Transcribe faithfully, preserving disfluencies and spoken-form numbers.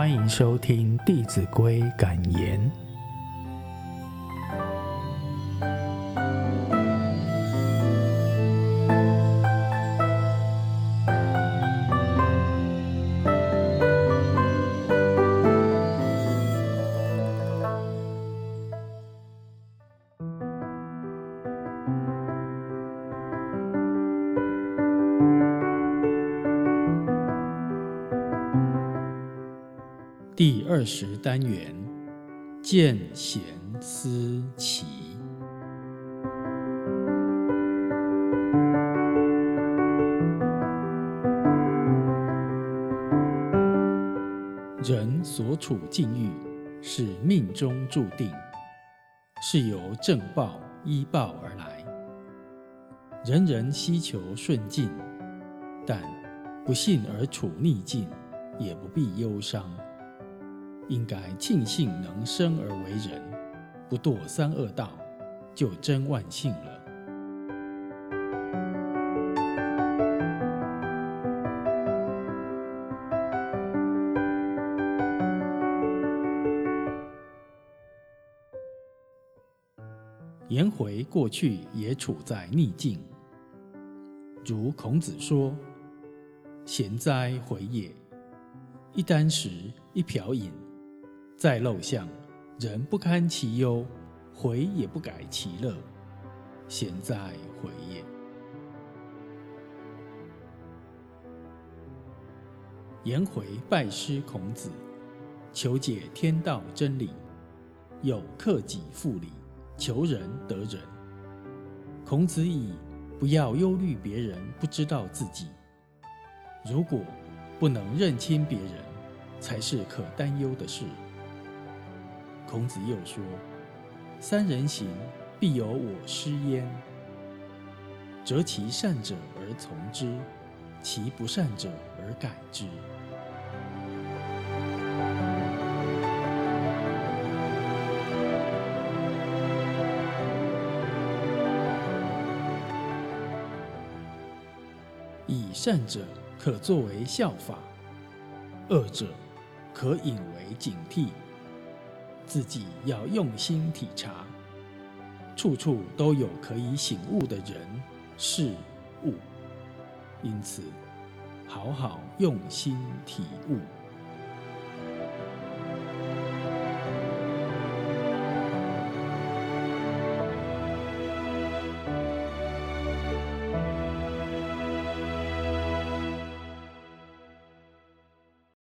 欢迎收听《弟子规》感言。第二十单元，见贤思齐。人所处境遇是命中注定，是由正报依报而来。人人希求顺境，但不幸而处逆境，也不必忧伤。应该庆幸能生而为人，不堕三恶道，就真万幸了。颜回过去也处在逆境，如孔子说：“贤哉，回也！一箪食，一瓢饮，在陋巷，人不堪其忧，回也不改其乐，贤哉，回也！”颜回拜师孔子，求解天道真理，又克己复礼，求仁得仁。孔子以不要忧虑别人不知道自己，如果不能认清别人，才是可担忧的事。孔子又说：“三人行，必有我师焉。择其善者而从之，其不善者而改之。”以善者可作为效法，恶者可引为警惕。自己要用心体察，处处都有可以醒悟的人事物，因此好好用心体悟。